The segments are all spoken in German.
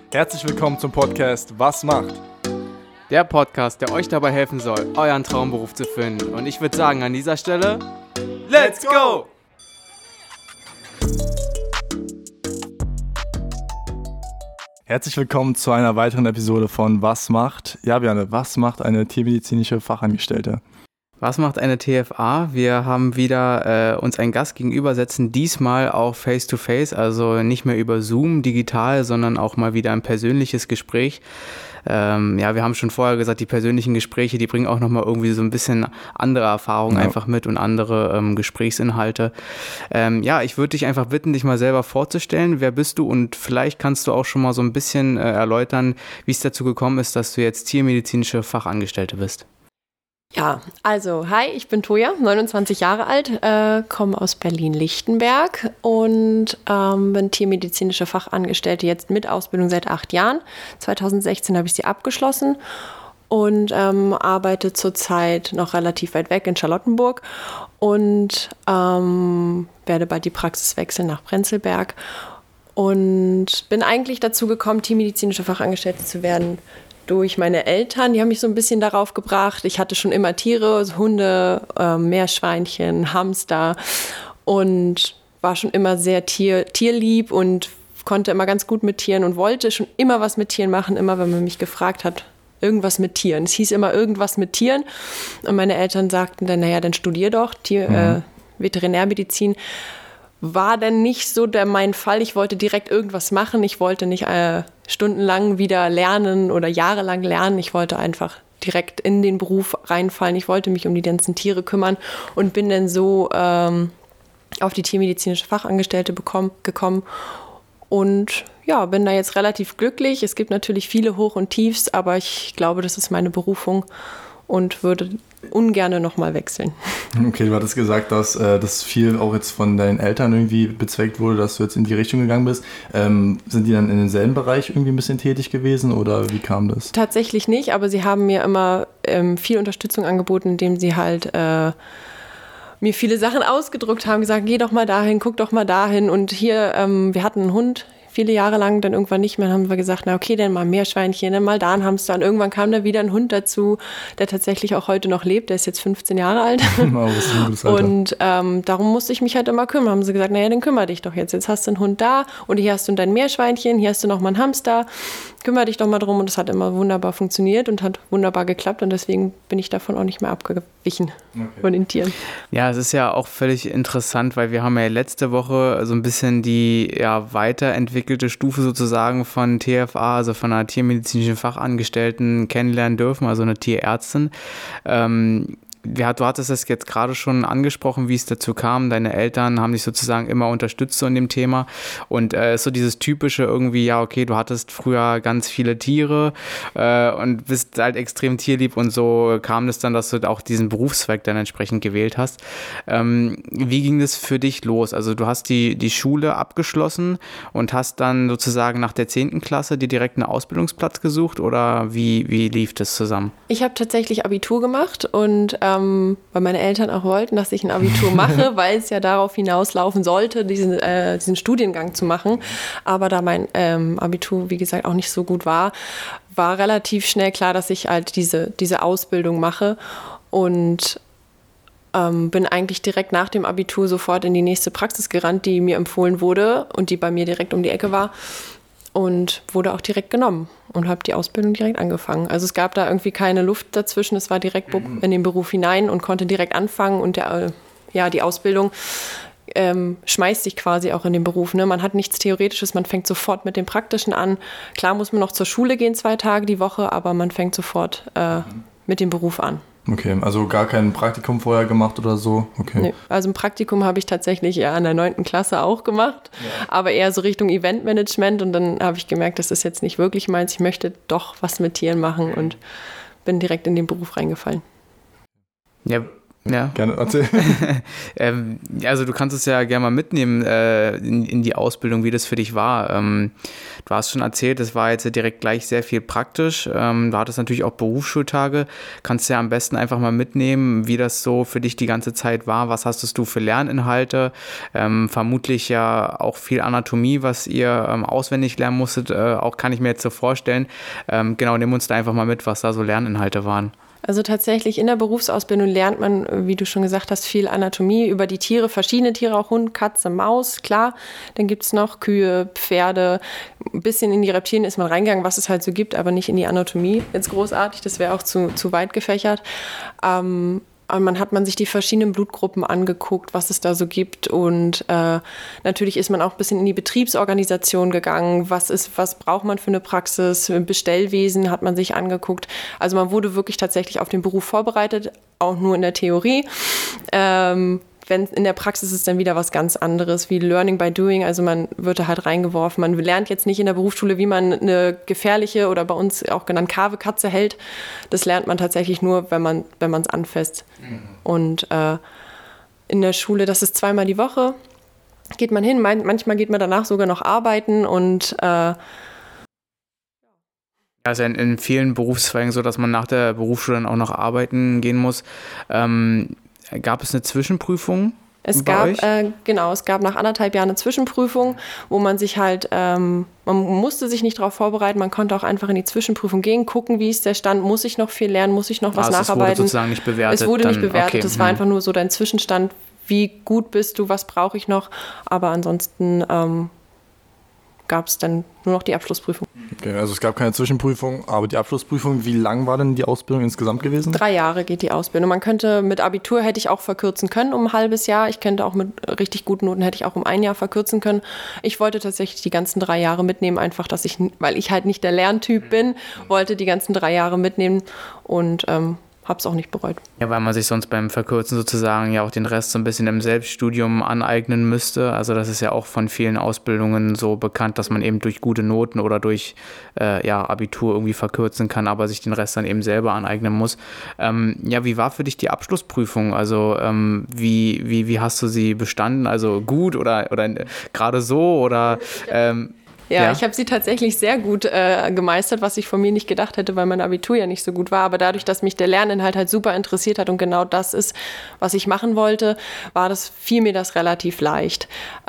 Herzlich willkommen zum Podcast Was macht? Der Podcast, der euch dabei helfen soll, euren Traumberuf zu finden. Und ich würde sagen, an dieser Stelle, let's go! Herzlich willkommen zu einer weiteren Episode von Was macht? Ja, Bjarne, was macht eine tiermedizinische Fachangestellte? Was macht eine TFA? Wir haben wieder uns einen Gast gegenüber setzen, diesmal auch face-to-face, also nicht mehr über Zoom digital, sondern auch mal wieder ein persönliches Gespräch. Wir haben schon vorher gesagt, die persönlichen Gespräche, die bringen auch nochmal irgendwie so ein bisschen andere Erfahrungen einfach mit und andere Gesprächsinhalte. Ich würde dich einfach bitten, dich mal selber vorzustellen. Wer bist du? Und vielleicht kannst du auch schon mal so ein bisschen erläutern, wie es dazu gekommen ist, dass du jetzt tiermedizinische Fachangestellte bist. Ja, also hi, ich bin Toja, 29 Jahre alt, komme aus Berlin-Lichtenberg und bin tiermedizinische Fachangestellte jetzt mit Ausbildung seit 8 Jahren. 2016 habe ich sie abgeschlossen und arbeite zurzeit noch relativ weit weg in Charlottenburg und werde bald die Praxis wechseln nach Prenzlberg und bin eigentlich dazu gekommen, tiermedizinische Fachangestellte zu werden, durch meine Eltern. Die haben mich so ein bisschen darauf gebracht. Ich hatte schon immer Tiere, also Hunde, Meerschweinchen, Hamster und war schon immer sehr tierlieb und konnte immer ganz gut mit Tieren und wollte schon immer was mit Tieren machen, immer wenn man mich gefragt hat, irgendwas mit Tieren. Es hieß immer irgendwas mit Tieren und meine Eltern sagten dann, dann studier doch Veterinärmedizin. War denn nicht so mein Fall. Ich wollte direkt irgendwas machen. Ich wollte nicht stundenlang wieder lernen oder jahrelang lernen. Ich wollte einfach direkt in den Beruf reinfallen. Ich wollte mich um die ganzen Tiere kümmern und bin dann so auf die tiermedizinische Fachangestellte gekommen. Und ja, bin da jetzt relativ glücklich. Es gibt natürlich viele Hoch- und Tiefs, aber ich glaube, das ist meine Berufung und würde ungern nochmal wechseln. Okay, du hattest gesagt, dass das viel auch jetzt von deinen Eltern irgendwie bezweckt wurde, dass du jetzt in die Richtung gegangen bist. Sind die dann in demselben Bereich irgendwie ein bisschen tätig gewesen oder wie kam das? Tatsächlich nicht, aber sie haben mir immer viel Unterstützung angeboten, indem sie halt mir viele Sachen ausgedruckt haben, gesagt, geh doch mal dahin, guck doch mal dahin. Und hier, wir hatten einen Hund, viele Jahre lang, dann irgendwann nicht mehr, dann haben wir gesagt, na okay, dann mal Meerschweinchen, dann mal da ein Hamster. Und irgendwann kam da wieder ein Hund dazu, der tatsächlich auch heute noch lebt, der ist jetzt 15 Jahre alt. Oh, das ist ein gutes Alter. Und darum musste ich mich halt immer kümmern. Haben sie gesagt, dann kümmere dich doch jetzt. Jetzt hast du einen Hund da und hier hast du dein Meerschweinchen, hier hast du noch mal einen Hamster. Kümmere dich doch mal drum. Und das hat immer wunderbar funktioniert und hat wunderbar geklappt. Und deswegen bin ich davon auch nicht mehr abgewichen von den Tieren. Ja, es ist ja auch völlig interessant, weil wir haben ja letzte Woche so ein bisschen die weiterentwickelte Stufe sozusagen von TFA, also von einer tiermedizinischen Fachangestellten kennenlernen dürfen, also eine Tierärztin. Du hattest es jetzt gerade schon angesprochen, wie es dazu kam. Deine Eltern haben dich sozusagen immer unterstützt so in dem Thema und so dieses typische irgendwie, du hattest früher ganz viele Tiere und bist halt extrem tierlieb und so kam es dann, dass du auch diesen Berufszweig dann entsprechend gewählt hast. Wie ging das für dich los? Also du hast die Schule abgeschlossen und hast dann sozusagen nach der 10. Klasse dir direkt einen Ausbildungsplatz gesucht oder wie lief das zusammen? Ich habe tatsächlich Abitur gemacht und weil meine Eltern auch wollten, dass ich ein Abitur mache, weil es ja darauf hinauslaufen sollte, diesen Studiengang zu machen. Aber da mein Abitur, wie gesagt, auch nicht so gut war relativ schnell klar, dass ich halt diese Ausbildung mache und bin eigentlich direkt nach dem Abitur sofort in die nächste Praxis gerannt, die mir empfohlen wurde und die bei mir direkt um die Ecke war. Und wurde auch direkt genommen und habe die Ausbildung direkt angefangen. Also es gab da irgendwie keine Luft dazwischen, es war direkt in den Beruf hinein und konnte direkt anfangen und die Ausbildung schmeißt sich quasi auch in den Beruf. Ne? Man hat nichts Theoretisches, man fängt sofort mit dem Praktischen an. Klar muss man noch zur Schule gehen 2 Tage die Woche, aber man fängt sofort mit dem Beruf an. Okay, also gar kein Praktikum vorher gemacht oder so? Okay. Nee, also ein Praktikum habe ich tatsächlich eher an der 9. Klasse auch gemacht, aber eher so Richtung Eventmanagement und dann habe ich gemerkt, das ist jetzt nicht wirklich meins, ich möchte doch was mit Tieren machen und bin direkt in den Beruf reingefallen. Ja, Ja. Gerne erzählen. Also du kannst es ja gerne mal mitnehmen in die Ausbildung, wie das für dich war. Du hast schon erzählt, es war jetzt direkt gleich sehr viel praktisch. Du hattest natürlich auch Berufsschultage. Kannst ja am besten einfach mal mitnehmen, wie das so für dich die ganze Zeit war. Was hast du für Lerninhalte? Vermutlich ja auch viel Anatomie, was ihr auswendig lernen musstet. Auch kann ich mir jetzt so vorstellen. Genau, nimm uns da einfach mal mit, was da so Lerninhalte waren. Also tatsächlich in der Berufsausbildung lernt man, wie du schon gesagt hast, viel Anatomie über die Tiere, verschiedene Tiere, auch Hund, Katze, Maus, klar. Dann gibt es noch Kühe, Pferde, ein bisschen in die Reptilien ist man reingegangen, was es halt so gibt, aber nicht in die Anatomie jetzt großartig, das wäre auch zu weit gefächert. Aber hat man sich die verschiedenen Blutgruppen angeguckt, was es da so gibt und natürlich ist man auch ein bisschen in die Betriebsorganisation gegangen, was braucht man für eine Praxis, Bestellwesen hat man sich angeguckt, also man wurde wirklich tatsächlich auf den Beruf vorbereitet, auch nur in der Theorie. Wenn in der Praxis ist dann wieder was ganz anderes, wie Learning by Doing, also man wird da halt reingeworfen. Man lernt jetzt nicht in der Berufsschule, wie man eine gefährliche oder bei uns auch genannt Kave-Katze hält. Das lernt man tatsächlich nur, wenn man es anfasst. Und in der Schule, das ist 2-mal die Woche, geht man hin. Manchmal geht man danach sogar noch arbeiten und also in vielen Berufszweigen so, dass man nach der Berufsschule dann auch noch arbeiten gehen muss. Gab es eine Zwischenprüfung? Es gab nach 1,5 Jahren eine Zwischenprüfung, wo man sich halt, man musste sich nicht darauf vorbereiten, man konnte auch einfach in die Zwischenprüfung gehen, gucken, wie ist der Stand, muss ich noch viel lernen, muss ich noch was nacharbeiten. Es wurde sozusagen nicht bewertet? Es wurde nicht bewertet, es war einfach nur so dein Zwischenstand, wie gut bist du, was brauche ich noch, aber ansonsten gab es dann nur noch die Abschlussprüfung. Okay, also es gab keine Zwischenprüfung, aber die Abschlussprüfung, wie lang war denn die Ausbildung insgesamt gewesen? 3 Jahre geht die Ausbildung. Man könnte mit Abitur hätte ich auch verkürzen können um ein halbes Jahr. Ich könnte auch mit richtig guten Noten hätte ich auch um 1 Jahr verkürzen können. Ich wollte tatsächlich die ganzen 3 Jahre mitnehmen, einfach, weil ich halt nicht der Lerntyp bin, wollte die ganzen 3 Jahre mitnehmen und habe es auch nicht bereut. Ja, weil man sich sonst beim Verkürzen sozusagen ja auch den Rest so ein bisschen im Selbststudium aneignen müsste. Also das ist ja auch von vielen Ausbildungen so bekannt, dass man eben durch gute Noten oder durch Abitur irgendwie verkürzen kann, aber sich den Rest dann eben selber aneignen muss. Wie war für dich die Abschlussprüfung? Also wie hast du sie bestanden? Also gut oder gerade so oder... Ja, ich habe sie tatsächlich sehr gut gemeistert, was ich von mir nicht gedacht hätte, weil mein Abitur ja nicht so gut war. Aber dadurch, dass mich der Lerninhalt halt super interessiert hat und genau das ist, was ich machen wollte, fiel mir das relativ leicht.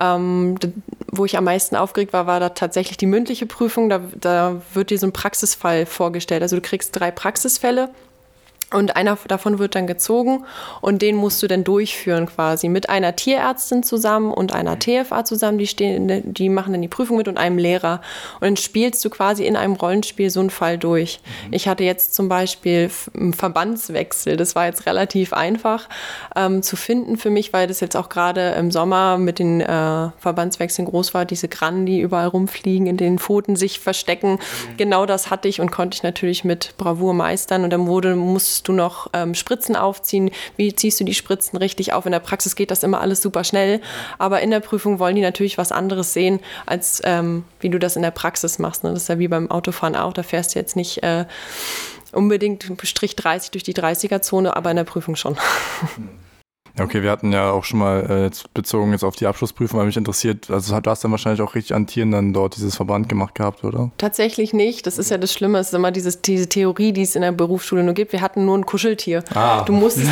Wo ich am meisten aufgeregt war da tatsächlich die mündliche Prüfung. Da wird dir so ein Praxisfall vorgestellt. Also du kriegst 3 Praxisfälle. Und einer davon wird dann gezogen und den musst du dann durchführen quasi mit einer Tierärztin zusammen und einer TFA zusammen, die machen dann die Prüfung mit und einem Lehrer. Und dann spielst du quasi in einem Rollenspiel so einen Fall durch. Ich hatte jetzt zum Beispiel einen Verbandswechsel, das war jetzt relativ einfach zu finden für mich, weil das jetzt auch gerade im Sommer mit den Verbandswechseln groß war, diese Grannen, die überall rumfliegen, in den Pfoten sich verstecken. Genau das hatte ich und konnte ich natürlich mit Bravour meistern und dann musst du noch Spritzen aufziehen. Wie ziehst du die Spritzen richtig auf? In der Praxis geht das immer alles super schnell, aber in der Prüfung wollen die natürlich was anderes sehen, als wie du das in der Praxis machst. Ne? Das ist ja wie beim Autofahren auch, da fährst du jetzt nicht unbedingt Strich 30 durch die 30er-Zone, aber in der Prüfung schon. Okay, wir hatten ja auch schon mal bezogen jetzt auf die Abschlussprüfung, weil mich interessiert, also du hast dann wahrscheinlich auch richtig an Tieren dann dort dieses Verband gemacht gehabt, oder? Tatsächlich nicht, das ist ja das Schlimme, es ist immer diese Theorie, die es in der Berufsschule nur gibt, wir hatten nur ein Kuscheltier. Du musstest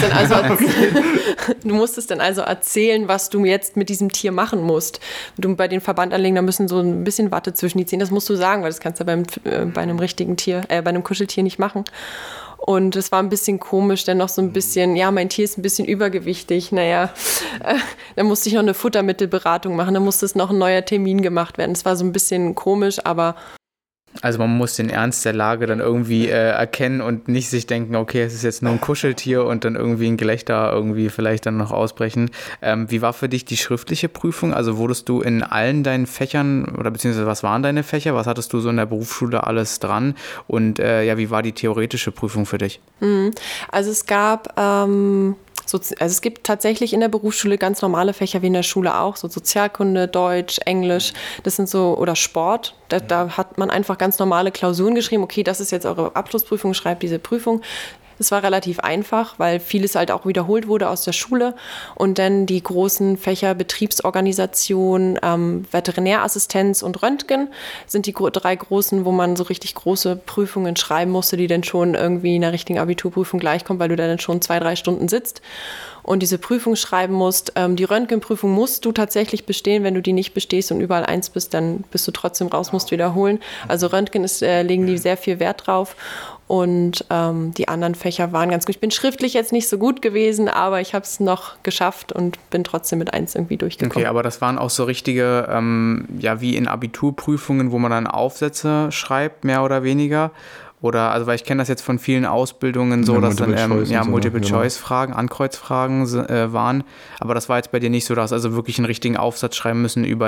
dann also erzählen, was du jetzt mit diesem Tier machen musst. Bei den Verbandanlegern, da müssen so ein bisschen Watte zwischen die Zähne, das musst du sagen, weil das kannst du bei einem richtigen Tier, bei einem Kuscheltier nicht machen. Und es war ein bisschen komisch, dann noch so ein bisschen, mein Tier ist ein bisschen übergewichtig, dann musste ich noch eine Futtermittelberatung machen, dann musste es noch ein neuer Termin gemacht werden. Es war so ein bisschen komisch, aber... Also man muss den Ernst der Lage dann irgendwie erkennen und nicht sich denken, okay, es ist jetzt nur ein Kuscheltier und dann irgendwie ein Gelächter irgendwie vielleicht dann noch ausbrechen. Wie war für dich die schriftliche Prüfung? Also wurdest du in allen deinen Fächern oder beziehungsweise was waren deine Fächer? Was hattest du so in der Berufsschule alles dran? Und wie war die theoretische Prüfung für dich? Also es gab... es gibt tatsächlich in der Berufsschule ganz normale Fächer wie in der Schule auch, so Sozialkunde, Deutsch, Englisch, das sind so, oder Sport, da hat man einfach ganz normale Klausuren geschrieben, okay, das ist jetzt eure Abschlussprüfung, schreibt diese Prüfung. Es war relativ einfach, weil vieles halt auch wiederholt wurde aus der Schule. Und dann die großen Fächer Betriebsorganisation, Veterinärassistenz und Röntgen sind die 3 großen, wo man so richtig große Prüfungen schreiben musste, die dann schon irgendwie in einer richtigen Abiturprüfung gleichkommt, weil du dann schon 2-3 Stunden sitzt und diese Prüfung schreiben musst. Die Röntgenprüfung musst du tatsächlich bestehen. Wenn du die nicht bestehst und überall 1 bist, dann bist du trotzdem raus, musst wiederholen. Also Röntgen legen die sehr viel Wert drauf. Und die anderen Fächer waren ganz gut. Ich bin schriftlich jetzt nicht so gut gewesen, aber ich habe es noch geschafft und bin trotzdem mit 1 irgendwie durchgekommen. Okay, aber das waren auch so richtige, wie in Abiturprüfungen, wo man dann Aufsätze schreibt, mehr oder weniger. Oder, also weil ich kenne das jetzt von vielen Ausbildungen so, dass dann Multiple-Choice-Fragen, Ankreuzfragen waren. Aber das war jetzt bei dir nicht so, dass also wirklich einen richtigen Aufsatz schreiben müssen über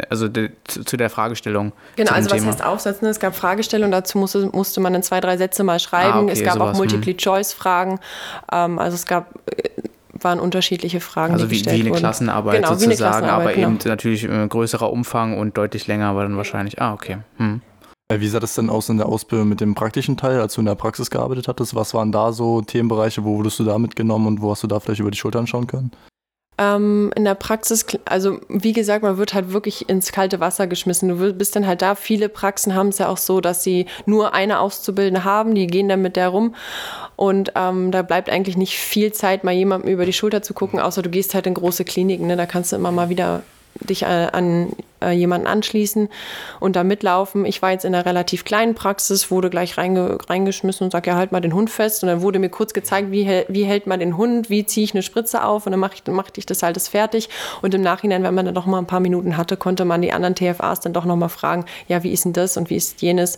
zu der Fragestellung. Genau, also was heißt Aufsatz? Ne? Es gab Fragestellungen, dazu musste man in 2-3 Sätze mal schreiben. Okay, es gab auch Multiple-Choice-Fragen. Also es waren unterschiedliche Fragen, also die gestellt wurden. Also wie eine Klassenarbeit sozusagen, aber genau. Eben natürlich größerer Umfang und deutlich länger, aber dann wahrscheinlich, okay. Wie sah das denn aus in der Ausbildung mit dem praktischen Teil, als du in der Praxis gearbeitet hattest? Was waren da so Themenbereiche, wo wurdest du da mitgenommen und wo hast du da vielleicht über die Schultern schauen können? In der Praxis, also wie gesagt, man wird halt wirklich ins kalte Wasser geschmissen. Du bist dann halt da, viele Praxen haben es ja auch so, dass sie nur eine Auszubildende haben, die gehen dann mit der rum und da bleibt eigentlich nicht viel Zeit, mal jemandem über die Schulter zu gucken, außer du gehst halt in große Kliniken, ne? Da kannst du immer mal wieder dich an jemanden anschließen und da mitlaufen. Ich war jetzt in einer relativ kleinen Praxis, wurde gleich reingeschmissen und sag, ja, halt mal den Hund fest. Und dann wurde mir kurz gezeigt, wie hält man den Hund, wie ziehe ich eine Spritze auf und dann machte ich das alles fertig. Und im Nachhinein, wenn man dann noch mal ein paar Minuten hatte, konnte man die anderen TFAs dann doch noch mal fragen, ja, wie ist denn das und wie ist jenes?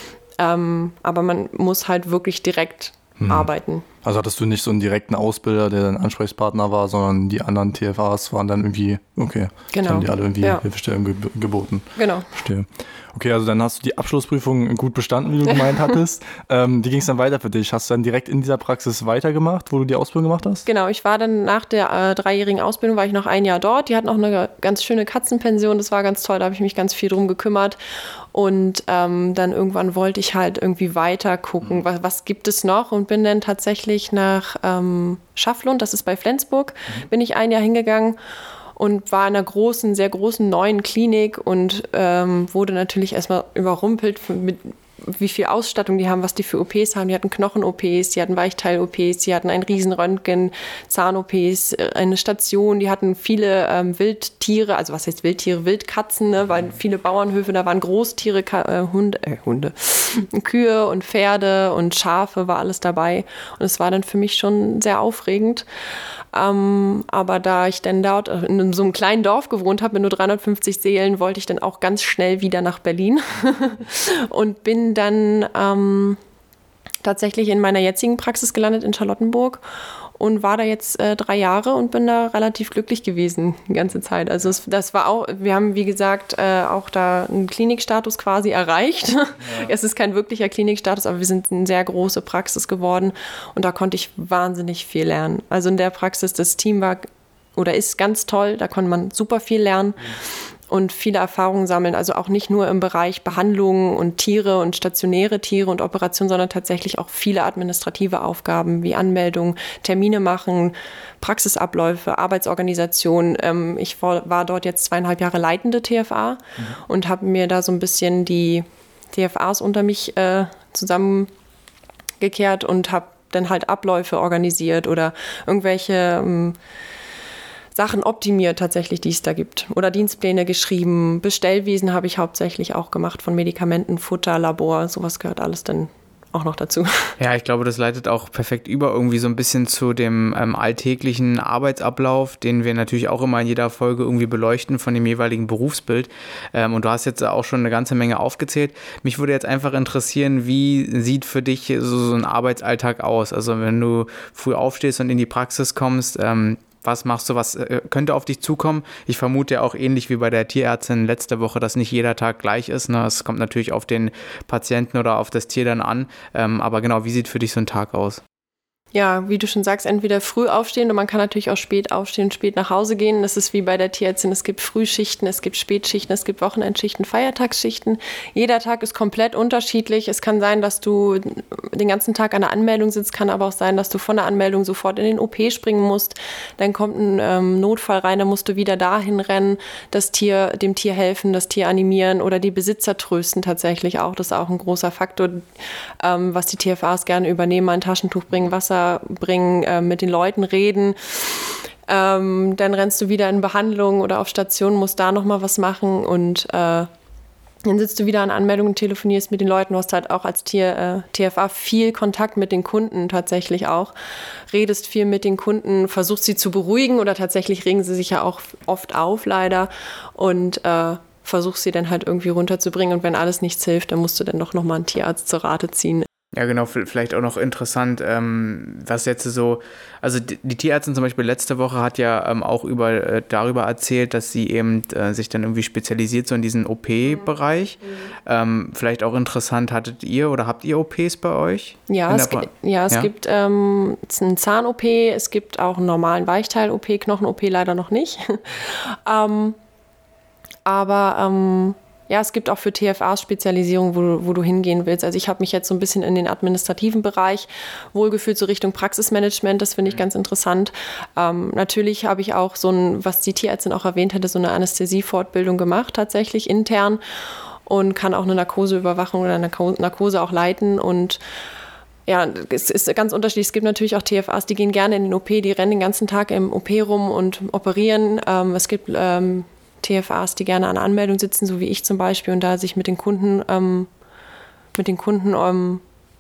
Aber man muss halt wirklich direkt arbeiten. Also hattest du nicht so einen direkten Ausbilder, der dein Ansprechpartner war, sondern die anderen TFAs waren dann irgendwie, okay, genau. haben die alle irgendwie Hilfestellung geboten. Genau. Verstehe. Okay, also dann hast du die Abschlussprüfung gut bestanden, wie du gemeint hattest. Wie ging es dann weiter für dich? Hast du dann direkt in dieser Praxis weitergemacht, wo du die Ausbildung gemacht hast? Genau, ich war dann nach der 3-jährigen Ausbildung, war ich noch 1 Jahr dort. Die hatten auch eine ganz schöne Katzenpension, das war ganz toll, da habe ich mich ganz viel drum gekümmert. Und dann irgendwann wollte ich halt irgendwie weiter gucken, was gibt es noch und bin dann tatsächlich nach Schafflund, das ist bei Flensburg, bin ich 1 Jahr hingegangen und war in einer sehr großen neuen Klinik und wurde natürlich erstmal überrumpelt mit wie viel Ausstattung die haben, was die für OPs haben. Die hatten Knochen-OPs, die hatten Weichteil-OPs, die hatten ein Riesenröntgen, Zahn-OPs, eine Station, die hatten viele Wildtiere, also was heißt Wildtiere? Wildkatzen, ne? Weil viele Bauernhöfe, da waren Großtiere, Hunde, Kühe und Pferde und Schafe, war alles dabei. Und es war dann für mich schon sehr aufregend. Aber da ich dann dort in so einem kleinen Dorf gewohnt habe mit nur 350 Seelen, wollte ich dann auch ganz schnell wieder nach Berlin und bin dann tatsächlich in meiner jetzigen Praxis gelandet in Charlottenburg und war da jetzt 3 Jahre und bin da relativ glücklich gewesen die ganze Zeit. Also das war auch, wir haben wie gesagt auch da einen Klinikstatus quasi erreicht. Ja. Es ist kein wirklicher Klinikstatus, aber wir sind eine sehr große Praxis geworden und da konnte ich wahnsinnig viel lernen. Also in der Praxis, das Team war oder ist ganz toll, da konnte man super viel lernen. Und viele Erfahrungen sammeln, also auch nicht nur im Bereich Behandlungen und Tiere und stationäre Tiere und Operationen, sondern tatsächlich auch viele administrative Aufgaben wie Anmeldungen, Termine machen, Praxisabläufe, Arbeitsorganisation. Ich war dort jetzt 2,5 Jahre leitende TFA und habe mir da so ein bisschen die TFAs unter mich zusammengekehrt und habe dann halt Abläufe organisiert oder irgendwelche Sachen optimiert tatsächlich, die es da gibt. Oder Dienstpläne geschrieben. Bestellwesen habe ich hauptsächlich auch gemacht von Medikamenten, Futter, Labor. Sowas gehört alles dann auch noch dazu. Ja, ich glaube, das leitet auch perfekt über irgendwie so ein bisschen zu dem alltäglichen Arbeitsablauf, den wir natürlich auch immer in jeder Folge irgendwie beleuchten von dem jeweiligen Berufsbild. Und du hast jetzt auch schon eine ganze Menge aufgezählt. Mich würde jetzt einfach interessieren, wie sieht für dich so ein Arbeitsalltag aus? Also wenn du früh aufstehst und in die Praxis kommst, was machst du, was könnte auf dich zukommen? Ich vermute ja auch ähnlich wie bei der Tierärztin letzte Woche, dass nicht jeder Tag gleich ist. Ne? Es kommt natürlich auf den Patienten oder auf das Tier dann an. Aber genau, wie sieht für dich so ein Tag aus? Ja, wie du schon sagst, entweder früh aufstehen und man kann natürlich auch spät aufstehen und spät nach Hause gehen. Das ist wie bei der Tierärztin. Es gibt Frühschichten, es gibt Spätschichten, es gibt Wochenendschichten, Feiertagsschichten. Jeder Tag ist komplett unterschiedlich. Es kann sein, dass du den ganzen Tag an der Anmeldung sitzt, kann aber auch sein, dass du von der Anmeldung sofort in den OP springen musst. Dann kommt ein Notfall rein, dann musst du wieder dahin rennen, dem Tier helfen, das Tier animieren oder die Besitzer trösten tatsächlich auch. Das ist auch ein großer Faktor, was die TFAs gerne übernehmen. Ein Taschentuch bringen, Wasser bringen, mit den Leuten reden. Dann rennst du wieder in Behandlung oder auf Station, musst da nochmal was machen und dann sitzt du wieder an Anmeldungen, telefonierst mit den Leuten, du hast halt auch als TFA viel Kontakt mit den Kunden tatsächlich auch, redest viel mit den Kunden, versuchst sie zu beruhigen oder tatsächlich regen sie sich ja auch oft auf leider und versuchst sie dann halt irgendwie runterzubringen und wenn alles nichts hilft, dann musst du dann doch nochmal einen Tierarzt zur Rate ziehen. Ja, genau, vielleicht auch noch interessant, was jetzt so, also die Tierärztin zum Beispiel letzte Woche hat ja auch darüber erzählt, dass sie eben sich dann irgendwie spezialisiert so in diesen OP-Bereich. Vielleicht auch interessant, habt ihr OPs bei euch? Ja, es gibt einen Zahn-OP, es gibt auch einen normalen Weichteil-OP, Knochen-OP leider noch nicht. Ja, es gibt auch für TFAs Spezialisierung, wo du hingehen willst. Also ich habe mich jetzt so ein bisschen in den administrativen Bereich wohlgefühlt, so Richtung Praxismanagement, das finde ich ganz interessant. Natürlich habe ich auch was die Tierärztin auch erwähnt hatte, so eine Anästhesie-Fortbildung gemacht, tatsächlich intern und kann auch eine Narkoseüberwachung oder eine Narkose auch leiten und ja, es ist ganz unterschiedlich. Es gibt natürlich auch TFAs, die gehen gerne in den OP, die rennen den ganzen Tag im OP rum und operieren. Es gibt TFAs, die gerne an der Anmeldung sitzen, so wie ich zum Beispiel, und da sich mit den Kunden umschlagen,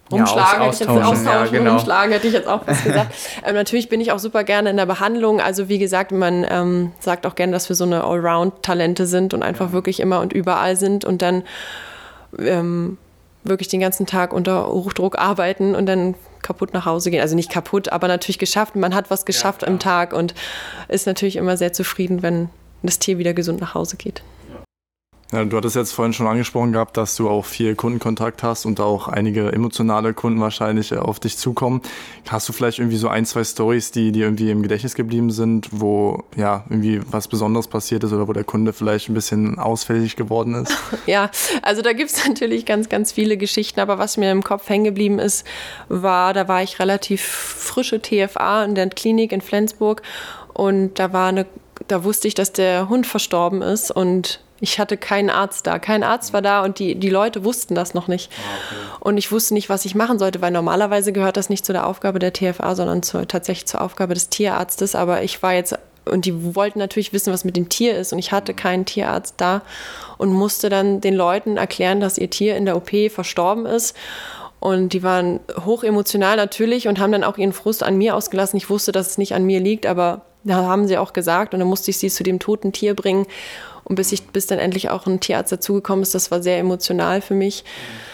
hätte ich jetzt auch was gesagt. Natürlich bin ich auch super gerne in der Behandlung. Also wie gesagt, man sagt auch gerne, dass wir so eine Allround-Talente sind und einfach wirklich immer und überall sind und dann wirklich den ganzen Tag unter Hochdruck arbeiten und dann kaputt nach Hause gehen. Also nicht kaputt, aber natürlich geschafft. Man hat was geschafft am Tag und ist natürlich immer sehr zufrieden, wenn das Tier wieder gesund nach Hause geht. Ja, du hattest jetzt vorhin schon angesprochen gehabt, dass du auch viel Kundenkontakt hast und auch einige emotionale Kunden wahrscheinlich auf dich zukommen. Hast du vielleicht irgendwie so 1-2 Storys, die dir irgendwie im Gedächtnis geblieben sind, wo ja irgendwie was Besonderes passiert ist oder wo der Kunde vielleicht ein bisschen ausfällig geworden ist? Ja, also da gibt es natürlich ganz, ganz viele Geschichten, aber was mir im Kopf hängen geblieben ist, da war ich relativ frische TFA in der Klinik in Flensburg und da wusste ich, dass der Hund verstorben ist und ich hatte keinen Arzt da. Kein Arzt war da und die Leute wussten das noch nicht. Okay. Und ich wusste nicht, was ich machen sollte, weil normalerweise gehört das nicht zu der Aufgabe der TFA, sondern tatsächlich zur Aufgabe des Tierarztes. Aber ich war jetzt, und die wollten natürlich wissen, was mit dem Tier ist und ich hatte keinen Tierarzt da und musste dann den Leuten erklären, dass ihr Tier in der OP verstorben ist. Und die waren hoch emotional natürlich und haben dann auch ihren Frust an mir ausgelassen. Ich wusste, dass es nicht an mir liegt, aber da haben sie auch gesagt und dann musste ich sie zu dem toten Tier bringen. Und bis dann endlich auch ein Tierarzt dazugekommen ist, das war sehr emotional für mich.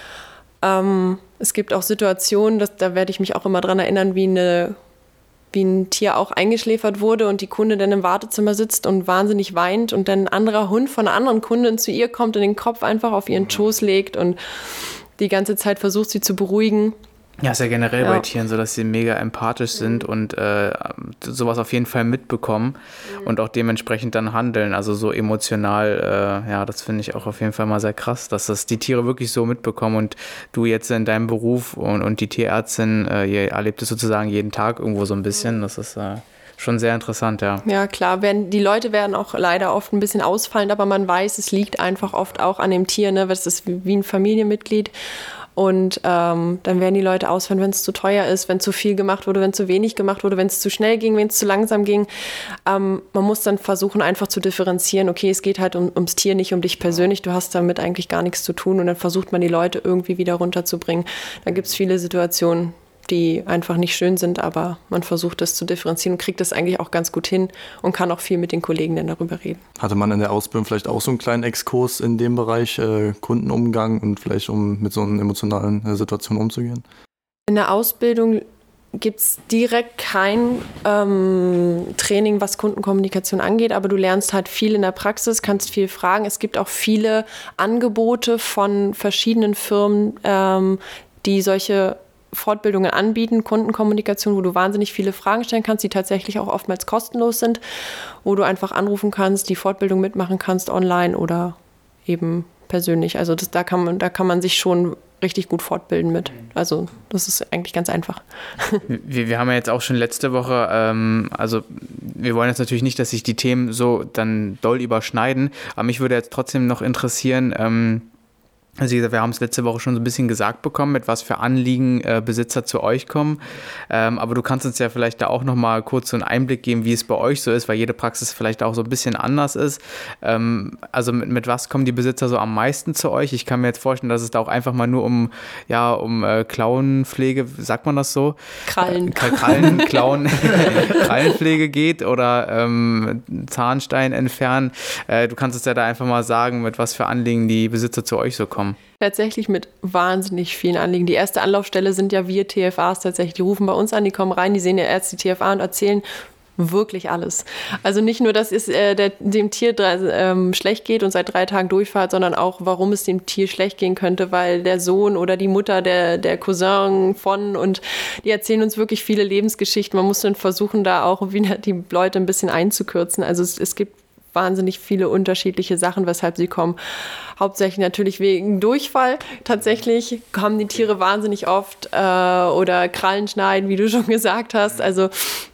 Es gibt auch Situationen, da werde ich mich auch immer dran erinnern, wie ein Tier auch eingeschläfert wurde und die Kunde dann im Wartezimmer sitzt und wahnsinnig weint und dann ein anderer Hund von einer anderen Kundin zu ihr kommt und den Kopf einfach auf ihren Schoß legt und die ganze Zeit versucht, sie zu beruhigen. Ja, ist ja generell bei Tieren so, dass sie mega empathisch sind und sowas auf jeden Fall mitbekommen und auch dementsprechend dann handeln. Also so emotional, das finde ich auch auf jeden Fall mal sehr krass, dass das die Tiere wirklich so mitbekommen und du jetzt in deinem Beruf und die Tierärztin, ihr erlebt es sozusagen jeden Tag irgendwo so ein bisschen. Das ist schon sehr interessant, ja. Ja, klar. Die Leute werden auch leider oft ein bisschen ausfallend, aber man weiß, es liegt einfach oft auch an dem Tier, ne? Weil es ist wie ein Familienmitglied. Und dann werden die Leute ausfallen, wenn es zu teuer ist, wenn zu viel gemacht wurde, wenn zu wenig gemacht wurde, wenn es zu schnell ging, wenn es zu langsam ging. Man muss dann versuchen, einfach zu differenzieren. Okay, es geht halt ums Tier, nicht um dich persönlich. Du hast damit eigentlich gar nichts zu tun. Und dann versucht man, die Leute irgendwie wieder runterzubringen. Da gibt es viele Situationen, die einfach nicht schön sind, aber man versucht, das zu differenzieren und kriegt das eigentlich auch ganz gut hin und kann auch viel mit den Kollegen dann darüber reden. Hatte man in der Ausbildung vielleicht auch so einen kleinen Exkurs in dem Bereich Kundenumgang und vielleicht um mit so einer emotionalen Situation umzugehen? In der Ausbildung gibt es direkt kein Training, was Kundenkommunikation angeht, aber du lernst halt viel in der Praxis, kannst viel fragen. Es gibt auch viele Angebote von verschiedenen Firmen, die solche Fortbildungen anbieten, Kundenkommunikation, wo du wahnsinnig viele Fragen stellen kannst, die tatsächlich auch oftmals kostenlos sind, wo du einfach anrufen kannst, die Fortbildung mitmachen kannst online oder eben persönlich. Also da kann man sich schon richtig gut fortbilden mit. Also das ist eigentlich ganz einfach. Wir haben ja jetzt auch schon letzte Woche, also wir wollen jetzt natürlich nicht, dass sich die Themen so dann doll überschneiden, aber mich würde jetzt trotzdem noch interessieren, also wie gesagt, wir haben es letzte Woche schon so ein bisschen gesagt bekommen, mit was für Anliegen Besitzer zu euch kommen. Aber du kannst uns ja vielleicht da auch nochmal kurz so einen Einblick geben, wie es bei euch so ist, weil jede Praxis vielleicht auch so ein bisschen anders ist. Also mit was kommen die Besitzer so am meisten zu euch? Ich kann mir jetzt vorstellen, dass es da auch einfach mal nur um Klauenpflege, sagt man das so? Krallenpflege geht oder Zahnstein entfernen. Du kannst uns ja da einfach mal sagen, mit was für Anliegen die Besitzer zu euch so kommen. Tatsächlich mit wahnsinnig vielen Anliegen. Die erste Anlaufstelle sind ja wir TFAs tatsächlich. Die rufen bei uns an, die kommen rein, die sehen ja erst die TFA und erzählen wirklich alles. Also nicht nur, dass es dem Tier schlecht geht und seit 3 Tagen Durchfahrt, sondern auch, warum es dem Tier schlecht gehen könnte, weil der Sohn oder die Mutter, der Cousin und die erzählen uns wirklich viele Lebensgeschichten. Man muss dann versuchen, da auch wieder die Leute ein bisschen einzukürzen. Also es gibt wahnsinnig viele unterschiedliche Sachen, weshalb sie kommen. Hauptsächlich natürlich wegen Durchfall. Tatsächlich kommen die Tiere wahnsinnig oft oder Krallen schneiden, wie du schon gesagt hast. Also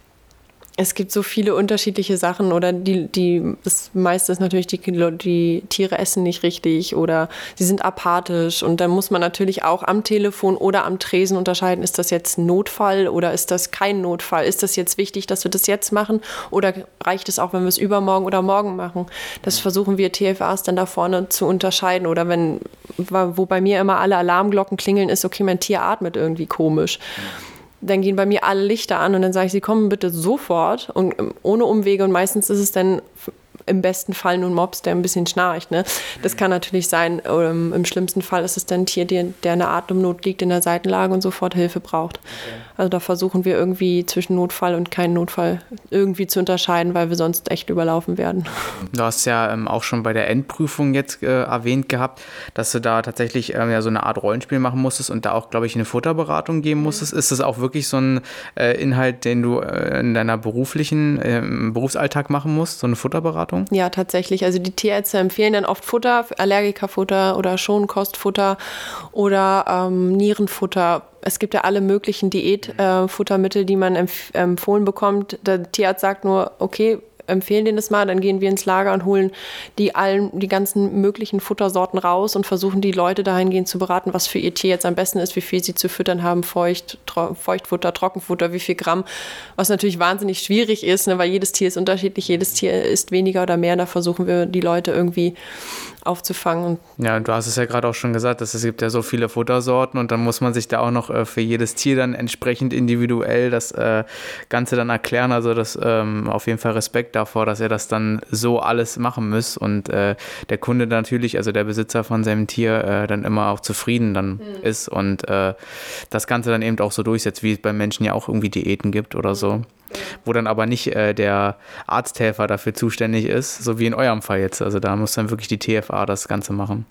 es gibt so viele unterschiedliche Sachen oder das meiste ist natürlich, die Tiere essen nicht richtig oder sie sind apathisch und dann muss man natürlich auch am Telefon oder am Tresen unterscheiden, ist das jetzt ein Notfall oder ist das kein Notfall? Ist das jetzt wichtig, dass wir das jetzt machen oder reicht es auch, wenn wir es übermorgen oder morgen machen? Das versuchen wir TFAs dann da vorne zu unterscheiden oder wo bei mir immer alle Alarmglocken klingeln, ist okay, mein Tier atmet irgendwie komisch. Dann gehen bei mir alle Lichter an und dann sage ich, Sie kommen bitte sofort und ohne Umwege und meistens ist es dann im besten Fall nur ein Mops, der ein bisschen schnarcht. Ne? Das kann natürlich sein. Im schlimmsten Fall ist es dann ein Tier, der in der Atemnot liegt, in der Seitenlage und sofort Hilfe braucht. Okay. Also da versuchen wir irgendwie zwischen Notfall und keinen Notfall irgendwie zu unterscheiden, weil wir sonst echt überlaufen werden. Du hast ja auch schon bei der Endprüfung jetzt erwähnt gehabt, dass du da tatsächlich so eine Art Rollenspiel machen musstest und da auch, glaube ich, eine Futterberatung geben musstest. Ist das auch wirklich so ein Inhalt, den du in deiner beruflichen Berufsalltag machen musst, so eine Futterberatung? Ja, tatsächlich. Also die Tierärzte empfehlen dann oft Futter, Allergikerfutter oder Schonkostfutter oder Nierenfutter. Es gibt ja alle möglichen Diätfuttermittel, die man empfohlen bekommt. Der Tierarzt sagt nur, okay, empfehlen denen das mal, dann gehen wir ins Lager und holen die ganzen möglichen Futtersorten raus und versuchen die Leute dahingehend zu beraten, was für ihr Tier jetzt am besten ist, wie viel sie zu füttern haben, Feuchtfutter, Trockenfutter, wie viel Gramm, was natürlich wahnsinnig schwierig ist, ne, weil jedes Tier ist unterschiedlich, jedes Tier isst weniger oder mehr, da versuchen wir die Leute irgendwie aufzufangen. Ja, du hast es ja gerade auch schon gesagt, dass es gibt ja so viele Futtersorten und dann muss man sich da auch noch für jedes Tier dann entsprechend individuell das Ganze dann erklären, also das auf jeden Fall Respekt davor, dass er das dann so alles machen muss und der Kunde natürlich, also der Besitzer von seinem Tier dann immer auch zufrieden dann ist und das Ganze dann eben auch so durchsetzt, wie es bei Menschen ja auch irgendwie Diäten gibt oder so. Wo dann aber nicht der Arzthelfer dafür zuständig ist, so wie in eurem Fall jetzt. Also da muss dann wirklich die TFA das Ganze machen.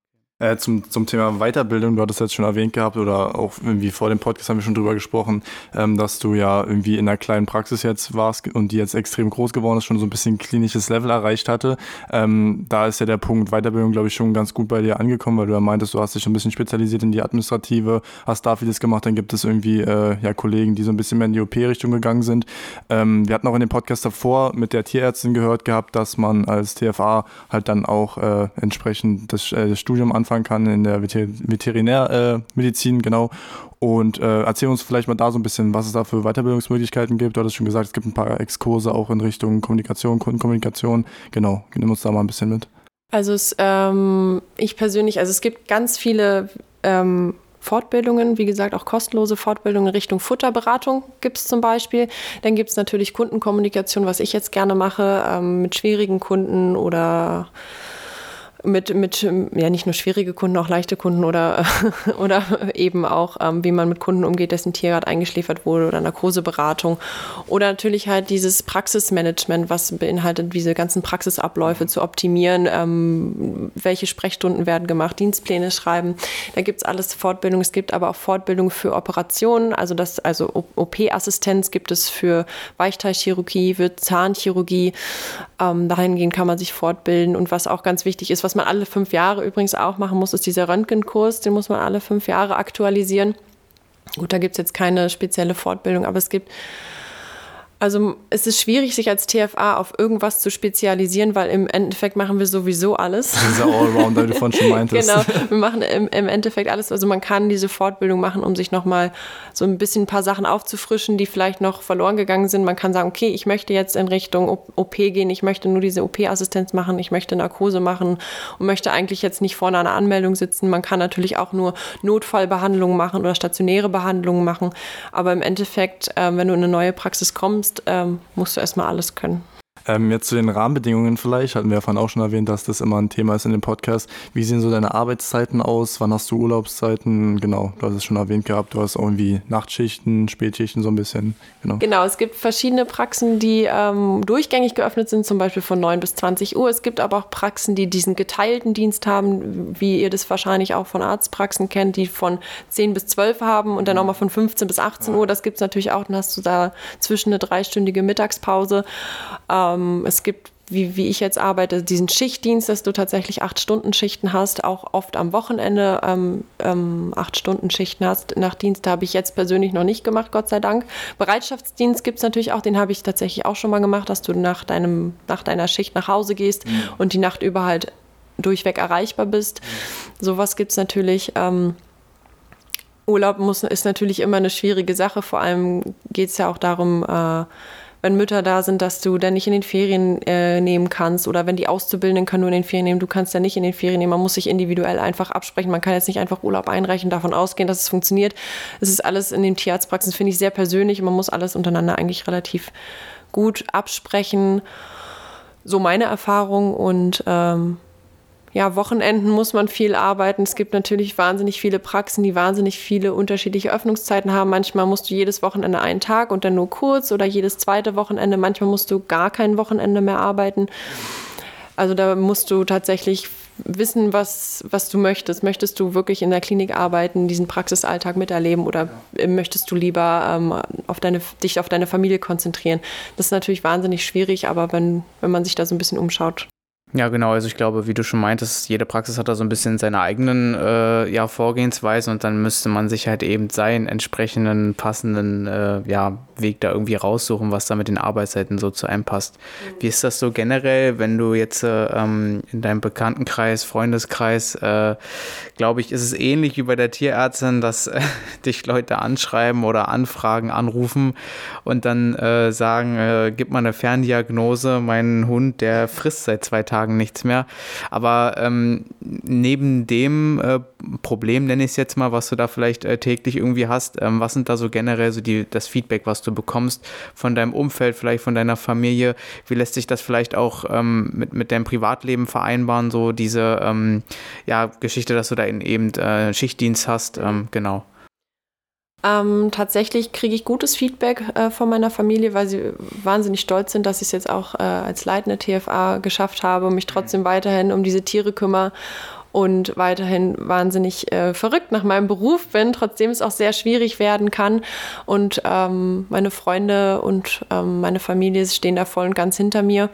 Zum Thema Weiterbildung, du hattest jetzt schon erwähnt gehabt oder auch irgendwie vor dem Podcast haben wir schon drüber gesprochen, dass du ja irgendwie in einer kleinen Praxis jetzt warst und die jetzt extrem groß geworden ist, schon so ein bisschen klinisches Level erreicht hatte. Da ist ja der Punkt Weiterbildung, glaube ich, schon ganz gut bei dir angekommen, weil du ja meintest, du hast dich ein bisschen spezialisiert in die Administrative, hast da vieles gemacht, dann gibt es irgendwie Kollegen, die so ein bisschen mehr in die OP-Richtung gegangen sind. Wir hatten auch in dem Podcast davor mit der Tierärztin gehört gehabt, dass man als TFA halt dann auch entsprechend das Studium anfangen kann in der Veterinärmedizin, genau. Und erzähl uns vielleicht mal da so ein bisschen, was es da für Weiterbildungsmöglichkeiten gibt. Du hattest schon gesagt, es gibt ein paar Exkurse auch in Richtung Kommunikation, Kundenkommunikation. Genau, nimm uns da mal ein bisschen mit. Also ich persönlich, also es gibt ganz viele Fortbildungen, wie gesagt, auch kostenlose Fortbildungen in Richtung Futterberatung gibt es zum Beispiel. Dann gibt es natürlich Kundenkommunikation, was ich jetzt gerne mache, mit schwierigen Kunden oder mit ja nicht nur schwierige Kunden, auch leichte Kunden oder eben auch, wie man mit Kunden umgeht, dessen Tier gerade eingeschläfert wurde oder Narkoseberatung. Oder natürlich halt dieses Praxismanagement, was beinhaltet, diese ganzen Praxisabläufe zu optimieren, welche Sprechstunden werden gemacht, Dienstpläne schreiben. Da gibt es alles Fortbildung. Es gibt aber auch Fortbildung für Operationen, also OP-Assistenz gibt es für Weichteilchirurgie, für Zahnchirurgie. Dahingehend kann man sich fortbilden. Und was auch ganz wichtig ist, was man alle 5 Jahre übrigens auch machen muss, ist dieser Röntgenkurs. Den muss man alle 5 Jahre aktualisieren. Gut, da gibt es jetzt keine spezielle Fortbildung, aber es ist schwierig, sich als TFA auf irgendwas zu spezialisieren, weil im Endeffekt machen wir sowieso alles. Dieser Allrounder, wie du vorhin schon meintest. Genau, wir machen im Endeffekt alles. Also man kann diese Fortbildung machen, um sich nochmal so ein paar Sachen aufzufrischen, die vielleicht noch verloren gegangen sind. Man kann sagen, okay, ich möchte jetzt in Richtung OP gehen, ich möchte nur diese OP-Assistenz machen, ich möchte Narkose machen und möchte eigentlich jetzt nicht vorne an einer Anmeldung sitzen. Man kann natürlich auch nur Notfallbehandlungen machen oder stationäre Behandlungen machen. Aber im Endeffekt, wenn du in eine neue Praxis kommst, musst du erstmal alles können. Jetzt zu den Rahmenbedingungen vielleicht, hatten wir ja vorhin auch schon erwähnt, dass das immer ein Thema ist in dem Podcast. Wie sehen so deine Arbeitszeiten aus? Wann hast du Urlaubszeiten? Genau, du hast es schon erwähnt gehabt, du hast auch irgendwie Nachtschichten, Spätschichten so ein bisschen. Genau, es gibt verschiedene Praxen, die durchgängig geöffnet sind, zum Beispiel von 9 bis 20 Uhr. Es gibt aber auch Praxen, die diesen geteilten Dienst haben, wie ihr das wahrscheinlich auch von Arztpraxen kennt, die von 10 bis 12 haben und dann nochmal von 15 bis 18 Uhr. Das gibt es natürlich auch, dann hast du da zwischen eine 3-stündige Mittagspause. Es gibt, wie ich jetzt arbeite, diesen Schichtdienst, dass du tatsächlich 8-Stunden-Schichten hast, auch oft am Wochenende 8-Stunden-Schichten hast. Nach Dienst habe ich jetzt persönlich noch nicht gemacht, Gott sei Dank. Bereitschaftsdienst gibt es natürlich auch, den habe ich tatsächlich auch schon mal gemacht, dass du nach deiner Schicht nach Hause gehst und die Nacht über halt durchweg erreichbar bist. Sowas gibt es natürlich. Urlaub ist natürlich immer eine schwierige Sache, vor allem geht es ja auch darum, wenn Mütter da sind, dass du dann nicht in den Ferien nehmen kannst oder wenn die Auszubildenden können nur in den Ferien nehmen, du kannst ja nicht in den Ferien nehmen, man muss sich individuell einfach absprechen, man kann jetzt nicht einfach Urlaub einreichen, davon ausgehen, dass es funktioniert. Es ist alles in den Tierarztpraxen, finde ich, sehr persönlich und man muss alles untereinander eigentlich relativ gut absprechen. So meine Erfahrung und Wochenenden muss man viel arbeiten. Es gibt natürlich wahnsinnig viele Praxen, die wahnsinnig viele unterschiedliche Öffnungszeiten haben. Manchmal musst du jedes Wochenende einen Tag und dann nur kurz oder jedes zweite Wochenende. Manchmal musst du gar kein Wochenende mehr arbeiten. Also da musst du tatsächlich wissen, was du möchtest. Möchtest du wirklich in der Klinik arbeiten, diesen Praxisalltag miterleben oder möchtest du lieber dich auf deine Familie konzentrieren? Das ist natürlich wahnsinnig schwierig, aber wenn man sich da so ein bisschen umschaut. Ja, genau. Also ich glaube, wie du schon meintest, jede Praxis hat da so ein bisschen seine eigenen Vorgehensweisen und dann müsste man sich halt eben seinen entsprechenden passenden Weg da irgendwie raussuchen, was da mit den Arbeitszeiten so zu einem passt. Wie ist das so generell, wenn du jetzt in deinem Bekanntenkreis, Freundeskreis, glaube ich, ist es ähnlich wie bei der Tierärztin, dass dich Leute anschreiben oder anfragen, anrufen und dann sagen, gib mal eine Ferndiagnose, mein Hund, der frisst seit 2 Tagen nichts mehr. Aber neben dem Problem, nenne ich es jetzt mal, was du da vielleicht täglich irgendwie hast, was sind da so generell so das Feedback, was du bekommst von deinem Umfeld, vielleicht von deiner Familie? Wie lässt sich das vielleicht auch mit deinem Privatleben vereinbaren, so diese Geschichte, dass du da eben Schichtdienst hast? Genau. Tatsächlich kriege ich gutes Feedback von meiner Familie, weil sie wahnsinnig stolz sind, dass ich es jetzt auch als leitende TFA geschafft habe und mich trotzdem weiterhin um diese Tiere kümmere und weiterhin wahnsinnig verrückt nach meinem Beruf bin, trotzdem es auch sehr schwierig werden kann. Und meine Freunde und meine Familie stehen da voll und ganz hinter mir.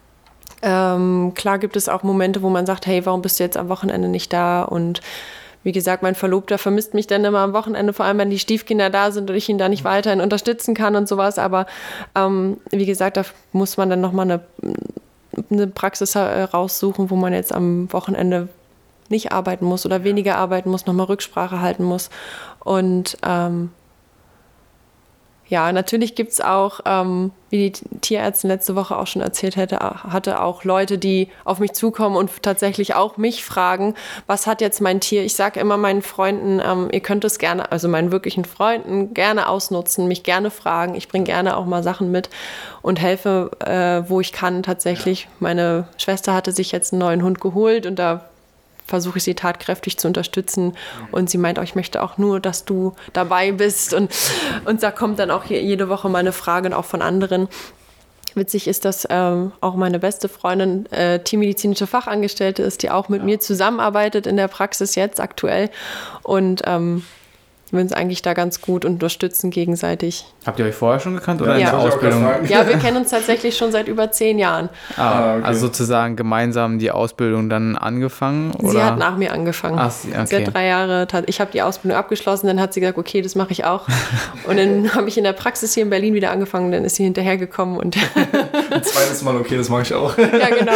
Klar gibt es auch Momente, wo man sagt, hey, warum bist du jetzt am Wochenende nicht da? Und wie gesagt, mein Verlobter vermisst mich dann immer am Wochenende, vor allem wenn die Stiefkinder da sind und ich ihn da nicht weiterhin unterstützen kann und sowas. Aber wie gesagt, da muss man dann nochmal eine Praxis raussuchen, wo man jetzt am Wochenende nicht arbeiten muss oder weniger arbeiten muss, nochmal Rücksprache halten muss. Und Ja, natürlich gibt es auch, wie die Tierärztin letzte Woche auch schon erzählt hatte auch Leute, die auf mich zukommen und tatsächlich auch mich fragen, was hat jetzt mein Tier? Ich sage immer meinen Freunden, ihr könnt es gerne, also meinen wirklichen Freunden, gerne ausnutzen, mich gerne fragen. Ich bringe gerne auch mal Sachen mit und helfe, wo ich kann tatsächlich. Meine Schwester hatte sich jetzt einen neuen Hund geholt und da versuche ich sie tatkräftig zu unterstützen und sie meint, ich möchte auch nur, dass du dabei bist und da kommt dann auch jede Woche mal eine Frage und auch von anderen. Witzig ist, dass auch meine beste Freundin tiermedizinische Fachangestellte ist, die auch mit mir zusammenarbeitet in der Praxis jetzt aktuell und wir uns eigentlich da ganz gut unterstützen gegenseitig. Habt ihr euch vorher schon gekannt oder in der Ausbildung? Ja, wir kennen uns tatsächlich schon seit über 10 Jahren. Okay. Also sozusagen gemeinsam die Ausbildung dann angefangen? Oder? Sie hat nach mir angefangen. Okay. Sie hat 3 Jahre, ich habe die Ausbildung abgeschlossen, dann hat sie gesagt, okay, das mache ich auch. Und dann habe ich in der Praxis hier in Berlin wieder angefangen, dann ist sie hinterhergekommen. Und ein zweites Mal, okay, das mache ich auch. Ja, genau.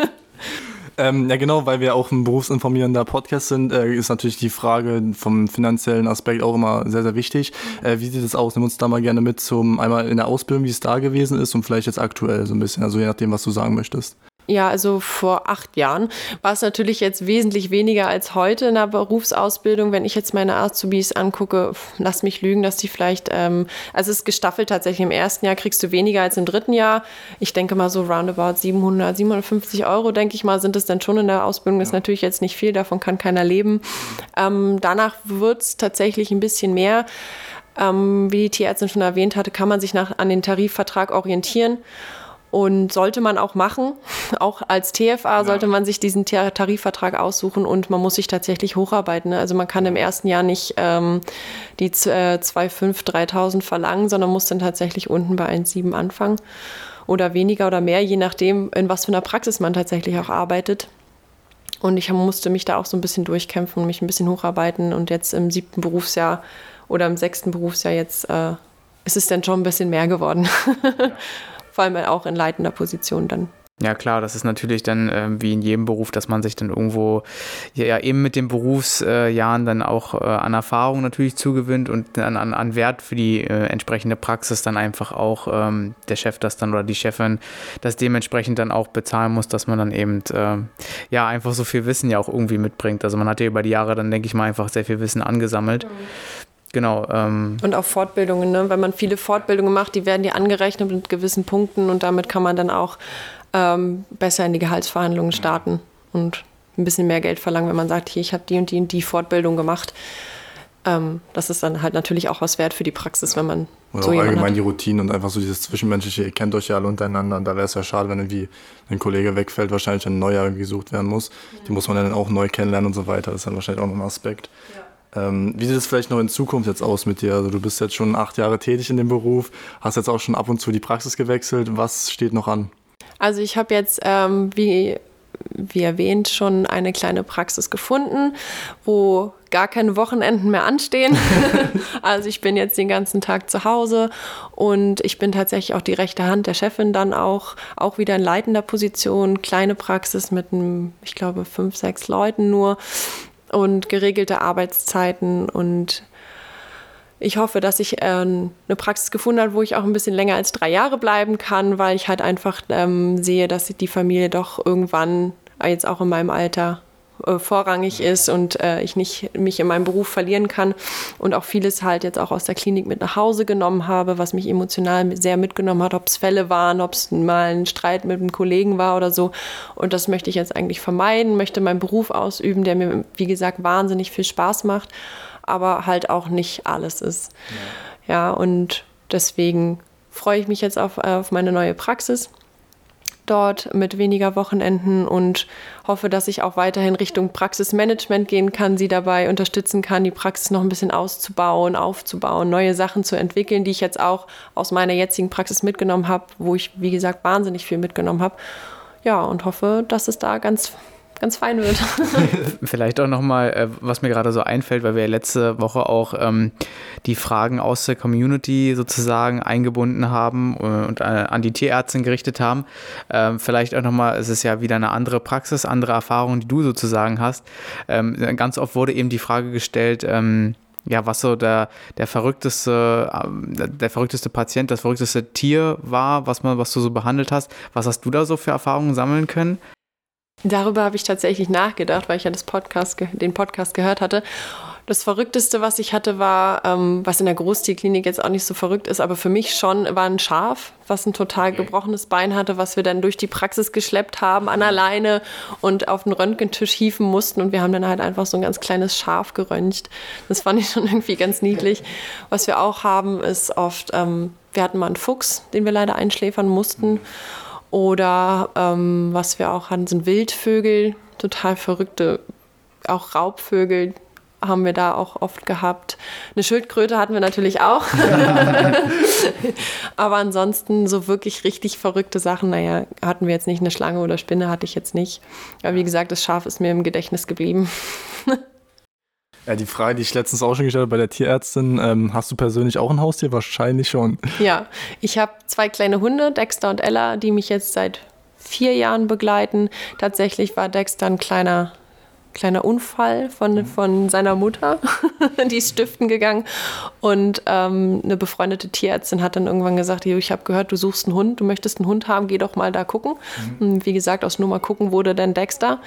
Ja, genau, weil wir auch ein berufsinformierender Podcast sind, ist natürlich die Frage vom finanziellen Aspekt auch immer sehr, sehr wichtig. Wie sieht es aus? Nimm uns da mal gerne mit einmal in der Ausbildung, wie es da gewesen ist und vielleicht jetzt aktuell so ein bisschen, also je nachdem, was du sagen möchtest. Ja, also vor 8 Jahren war es natürlich jetzt wesentlich weniger als heute in der Berufsausbildung. Wenn ich jetzt meine Azubis angucke, lass mich lügen, dass die vielleicht, also es ist gestaffelt tatsächlich. Im ersten Jahr kriegst du weniger als im dritten Jahr. Ich denke mal so roundabout 750 €, denke ich mal, sind es dann schon in der Ausbildung. Das ist natürlich jetzt nicht viel, davon kann keiner leben. Danach wird es tatsächlich ein bisschen mehr. Wie die Tierärztin schon erwähnt hatte, kann man sich an den Tarifvertrag orientieren. Und sollte man auch machen, auch als TFA sollte man sich diesen Tarifvertrag aussuchen und man muss sich tatsächlich hocharbeiten. Ne? Also man kann im ersten Jahr nicht die 2.500, 3.000 verlangen, sondern muss dann tatsächlich unten bei 1.700 anfangen oder weniger oder mehr, je nachdem, in was für einer Praxis man tatsächlich auch arbeitet. Und ich musste mich da auch so ein bisschen durchkämpfen, mich ein bisschen hocharbeiten und jetzt im 7. Berufsjahr oder im 6. Berufsjahr jetzt ist es dann schon ein bisschen mehr geworden. Vor allem auch in leitender Position dann. Ja klar, das ist natürlich dann wie in jedem Beruf, dass man sich dann irgendwo ja eben mit den Berufsjahren dann auch an Erfahrung natürlich zugewinnt und an Wert für die entsprechende Praxis dann einfach auch der Chef das dann oder die Chefin das dementsprechend dann auch bezahlen muss, dass man dann eben ja einfach so viel Wissen ja auch irgendwie mitbringt. Also man hat ja über die Jahre dann, denke ich mal, einfach sehr viel Wissen angesammelt. Genau. Und auch Fortbildungen, ne? Wenn man viele Fortbildungen macht, die werden dir angerechnet mit gewissen Punkten und damit kann man dann auch besser in die Gehaltsverhandlungen starten und ein bisschen mehr Geld verlangen, wenn man sagt, hier, ich habe die und die Fortbildung gemacht. Das ist dann halt natürlich auch was wert für die Praxis, wenn man oder so auch jemanden allgemein hat. die Routine und einfach so dieses Zwischenmenschliche, ihr kennt euch ja alle untereinander und da wäre es ja schade, wenn irgendwie ein Kollege wegfällt, wahrscheinlich ein neuer irgendwie gesucht werden muss. Die muss man dann auch neu kennenlernen und so weiter, das ist dann wahrscheinlich auch noch ein Aspekt. Ja. Wie sieht es vielleicht noch in Zukunft jetzt aus mit dir? Also du bist jetzt schon 8 Jahre tätig in dem Beruf, hast jetzt auch schon ab und zu die Praxis gewechselt. Was steht noch an? Also ich habe jetzt, wie erwähnt, schon eine kleine Praxis gefunden, wo gar keine Wochenenden mehr anstehen. Also ich bin jetzt den ganzen Tag zu Hause und ich bin tatsächlich auch die rechte Hand der Chefin dann auch wieder in leitender Position, kleine Praxis mit, ich glaube, 5, 6 Leuten nur. Und geregelte Arbeitszeiten und ich hoffe, dass ich eine Praxis gefunden habe, wo ich auch ein bisschen länger als 3 Jahre bleiben kann, weil ich halt einfach sehe, dass die Familie doch irgendwann jetzt auch in meinem Alter vorrangig ist und ich nicht mich in meinem Beruf verlieren kann und auch vieles halt jetzt auch aus der Klinik mit nach Hause genommen habe, was mich emotional sehr mitgenommen hat, ob es Fälle waren, ob es mal ein Streit mit einem Kollegen war oder so und das möchte ich jetzt eigentlich vermeiden, möchte meinen Beruf ausüben, der mir, wie gesagt, wahnsinnig viel Spaß macht, aber halt auch nicht alles ist. Ja, und deswegen freue ich mich jetzt auf meine neue Praxis dort mit weniger Wochenenden und hoffe, dass ich auch weiterhin Richtung Praxismanagement gehen kann, sie dabei unterstützen kann, die Praxis noch ein bisschen auszubauen, aufzubauen, neue Sachen zu entwickeln, die ich jetzt auch aus meiner jetzigen Praxis mitgenommen habe, wo ich, wie gesagt, wahnsinnig viel mitgenommen habe. Ja, und hoffe, dass es da ganz fein wird. Vielleicht auch nochmal, was mir gerade so einfällt, weil wir ja letzte Woche auch die Fragen aus der Community sozusagen eingebunden haben und an die Tierärztin gerichtet haben. Vielleicht auch nochmal, es ist ja wieder eine andere Praxis, andere Erfahrungen, die du sozusagen hast. Ganz oft wurde eben die Frage gestellt, was so der verrückteste Patient, das verrückteste Tier war, was du so behandelt hast. Was hast du da so für Erfahrungen sammeln können? Darüber habe ich tatsächlich nachgedacht, weil ich ja den Podcast gehört hatte. Das Verrückteste, was ich hatte, war, was in der Großtierklinik jetzt auch nicht so verrückt ist, aber für mich schon, war ein Schaf, was ein total gebrochenes Bein hatte, was wir dann durch die Praxis geschleppt haben an der Leine und auf den Röntgentisch hieven mussten. Und wir haben dann halt einfach so ein ganz kleines Schaf geröntgt. Das fand ich schon irgendwie ganz niedlich. Was wir auch haben, ist oft, wir hatten mal einen Fuchs, den wir leider einschläfern mussten. Oder was wir auch hatten, sind Wildvögel, total verrückte, auch Raubvögel haben wir da auch oft gehabt. Eine Schildkröte hatten wir natürlich auch. Aber ansonsten so wirklich richtig verrückte Sachen, hatten wir jetzt nicht. Eine Schlange oder Spinne hatte ich jetzt nicht. Aber wie gesagt, das Schaf ist mir im Gedächtnis geblieben. Ja, die Frage, die ich letztens auch schon gestellt habe bei der Tierärztin, hast du persönlich auch ein Haustier? Wahrscheinlich schon. Ja, ich habe 2 kleine Hunde, Dexter und Ella, die mich jetzt seit 4 Jahren begleiten. Tatsächlich war Dexter ein kleiner Unfall von seiner Mutter. Die ist stiften gegangen. Und eine befreundete Tierärztin hat dann irgendwann gesagt, ich habe gehört, du suchst einen Hund, du möchtest einen Hund haben, geh doch mal da gucken. Und wie gesagt, aus nur mal gucken wurde dann Dexter.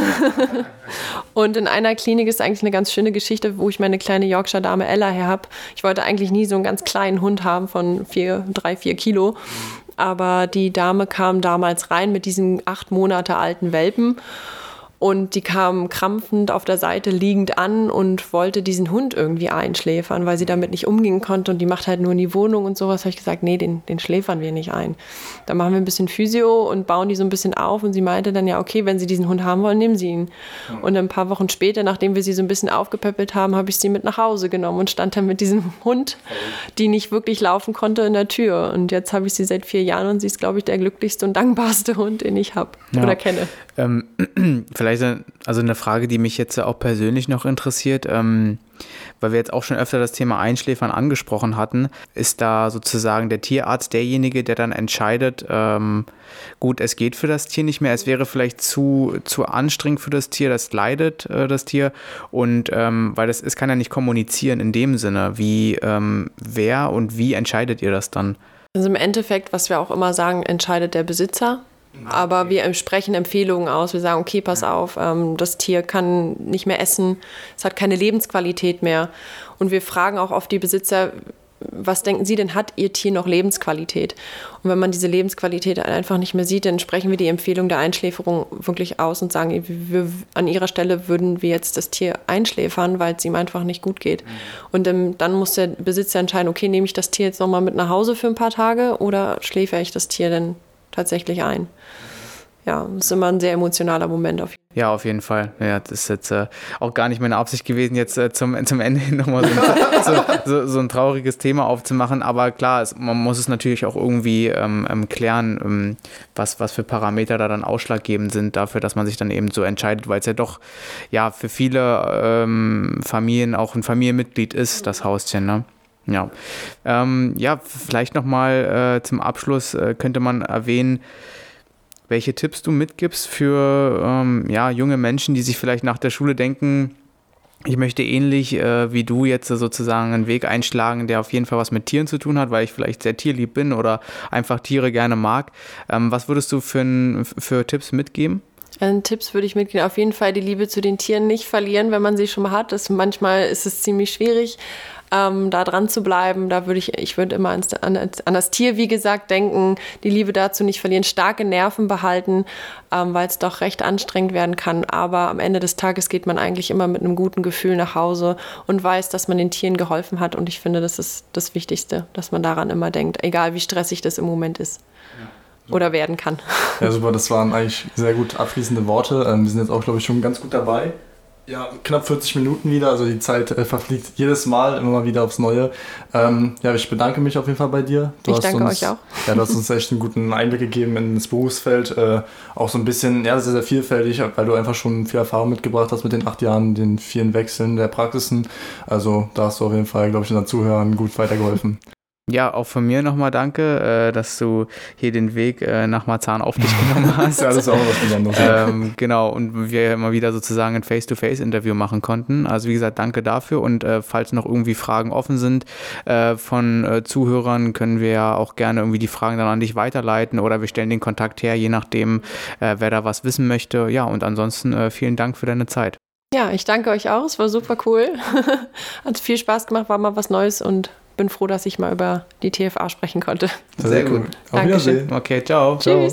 Und in einer Klinik ist eigentlich eine ganz schöne Geschichte, wo ich meine kleine Yorkshire-Dame Ella her habe. Ich wollte eigentlich nie so einen ganz kleinen Hund haben von 3, 4 Kilo. Aber die Dame kam damals rein mit diesen 8 Monate alten Welpen. Und die kam krampfend auf der Seite liegend an und wollte diesen Hund irgendwie einschläfern, weil sie damit nicht umgehen konnte. Und die macht halt nur in die Wohnung und sowas. Habe ich gesagt, nee, den schläfern wir nicht ein. Dann machen wir ein bisschen Physio und bauen die so ein bisschen auf. Und sie meinte dann, ja, okay, wenn Sie diesen Hund haben wollen, nehmen Sie ihn. Und ein paar Wochen später, nachdem wir sie so ein bisschen aufgepäppelt haben, habe ich sie mit nach Hause genommen und stand dann mit diesem Hund, die nicht wirklich laufen konnte, in der Tür. Und jetzt habe ich sie seit 4 Jahren und sie ist, glaube ich, der glücklichste und dankbarste Hund, den ich habe oder kenne. Vielleicht also eine Frage, die mich jetzt auch persönlich noch interessiert, weil wir jetzt auch schon öfter das Thema Einschläfern angesprochen hatten, ist da sozusagen der Tierarzt derjenige, der dann entscheidet, gut, es geht für das Tier nicht mehr, es wäre vielleicht zu anstrengend für das Tier, das leidet das Tier und weil es kann ja nicht kommunizieren in dem Sinne, wie, wer und wie entscheidet ihr das dann? Also im Endeffekt, was wir auch immer sagen, entscheidet der Besitzer. Aber wir sprechen Empfehlungen aus. Wir sagen, okay, pass auf, das Tier kann nicht mehr essen, es hat keine Lebensqualität mehr. Und wir fragen auch oft die Besitzer, was denken Sie denn, hat Ihr Tier noch Lebensqualität? Und wenn man diese Lebensqualität einfach nicht mehr sieht, dann sprechen wir die Empfehlung der Einschläferung wirklich aus und sagen, an Ihrer Stelle würden wir jetzt das Tier einschläfern, weil es ihm einfach nicht gut geht. Und dann muss der Besitzer entscheiden, okay, nehme ich das Tier jetzt nochmal mit nach Hause für ein paar Tage oder schläfere ich das Tier denn tatsächlich ein. Ja, das ist immer ein sehr emotionaler Moment. Ja, auf jeden Fall. Ja, das ist jetzt auch gar nicht meine Absicht gewesen, jetzt zum Ende hin nochmal so ein trauriges Thema aufzumachen. Aber klar, man muss es natürlich auch irgendwie klären, was für Parameter da dann ausschlaggebend sind dafür, dass man sich dann eben so entscheidet, weil es ja doch für viele Familien auch ein Familienmitglied ist, das Haustchen, ne? Ja, vielleicht nochmal zum Abschluss könnte man erwähnen, welche Tipps du mitgibst für junge Menschen, die sich vielleicht nach der Schule denken, ich möchte ähnlich wie du jetzt sozusagen einen Weg einschlagen, der auf jeden Fall was mit Tieren zu tun hat, weil ich vielleicht sehr tierlieb bin oder einfach Tiere gerne mag. Was würdest du für Tipps mitgeben? Tipps würde ich mitgeben, auf jeden Fall die Liebe zu den Tieren nicht verlieren, wenn man sie schon mal hat. Manchmal ist es ziemlich schwierig, da dran zu bleiben. Ich würde immer an das Tier, wie gesagt, denken, die Liebe dazu nicht verlieren, starke Nerven behalten, weil es doch recht anstrengend werden kann. Aber am Ende des Tages geht man eigentlich immer mit einem guten Gefühl nach Hause und weiß, dass man den Tieren geholfen hat. Und ich finde, das ist das Wichtigste, dass man daran immer denkt, egal wie stressig das im Moment ist. Ja. Oder werden kann. Ja, super, das waren eigentlich sehr gut abschließende Worte. Wir sind jetzt auch, glaube ich, schon ganz gut dabei. Ja, knapp 40 Minuten wieder, also die Zeit verfliegt jedes Mal immer mal wieder aufs Neue. Ich bedanke mich auf jeden Fall bei dir. Ich danke euch auch. Ja, du hast uns echt einen guten Einblick gegeben in das Berufsfeld, auch so ein bisschen, sehr, sehr vielfältig, weil du einfach schon viel Erfahrung mitgebracht hast mit den 8 Jahren, den vielen Wechseln der Praxisen. Also da hast du auf jeden Fall, glaube ich, unseren Zuhörern gut weitergeholfen. Ja, auch von mir nochmal danke, dass du hier den Weg nach Marzahn auf dich genommen hast. Ja, das ist auch was Besonderes. Genau, und wir immer wieder sozusagen ein Face-to-Face-Interview machen konnten. Also wie gesagt, danke dafür und falls noch irgendwie Fragen offen sind von Zuhörern, können wir ja auch gerne irgendwie die Fragen dann an dich weiterleiten oder wir stellen den Kontakt her, je nachdem, wer da was wissen möchte. Ja, und ansonsten vielen Dank für deine Zeit. Ja, ich danke euch auch, es war super cool. Hat viel Spaß gemacht, war mal was Neues und bin froh, dass ich mal über die TFA sprechen konnte. Sehr gut. Dankeschön. Okay, ciao. Tschüss.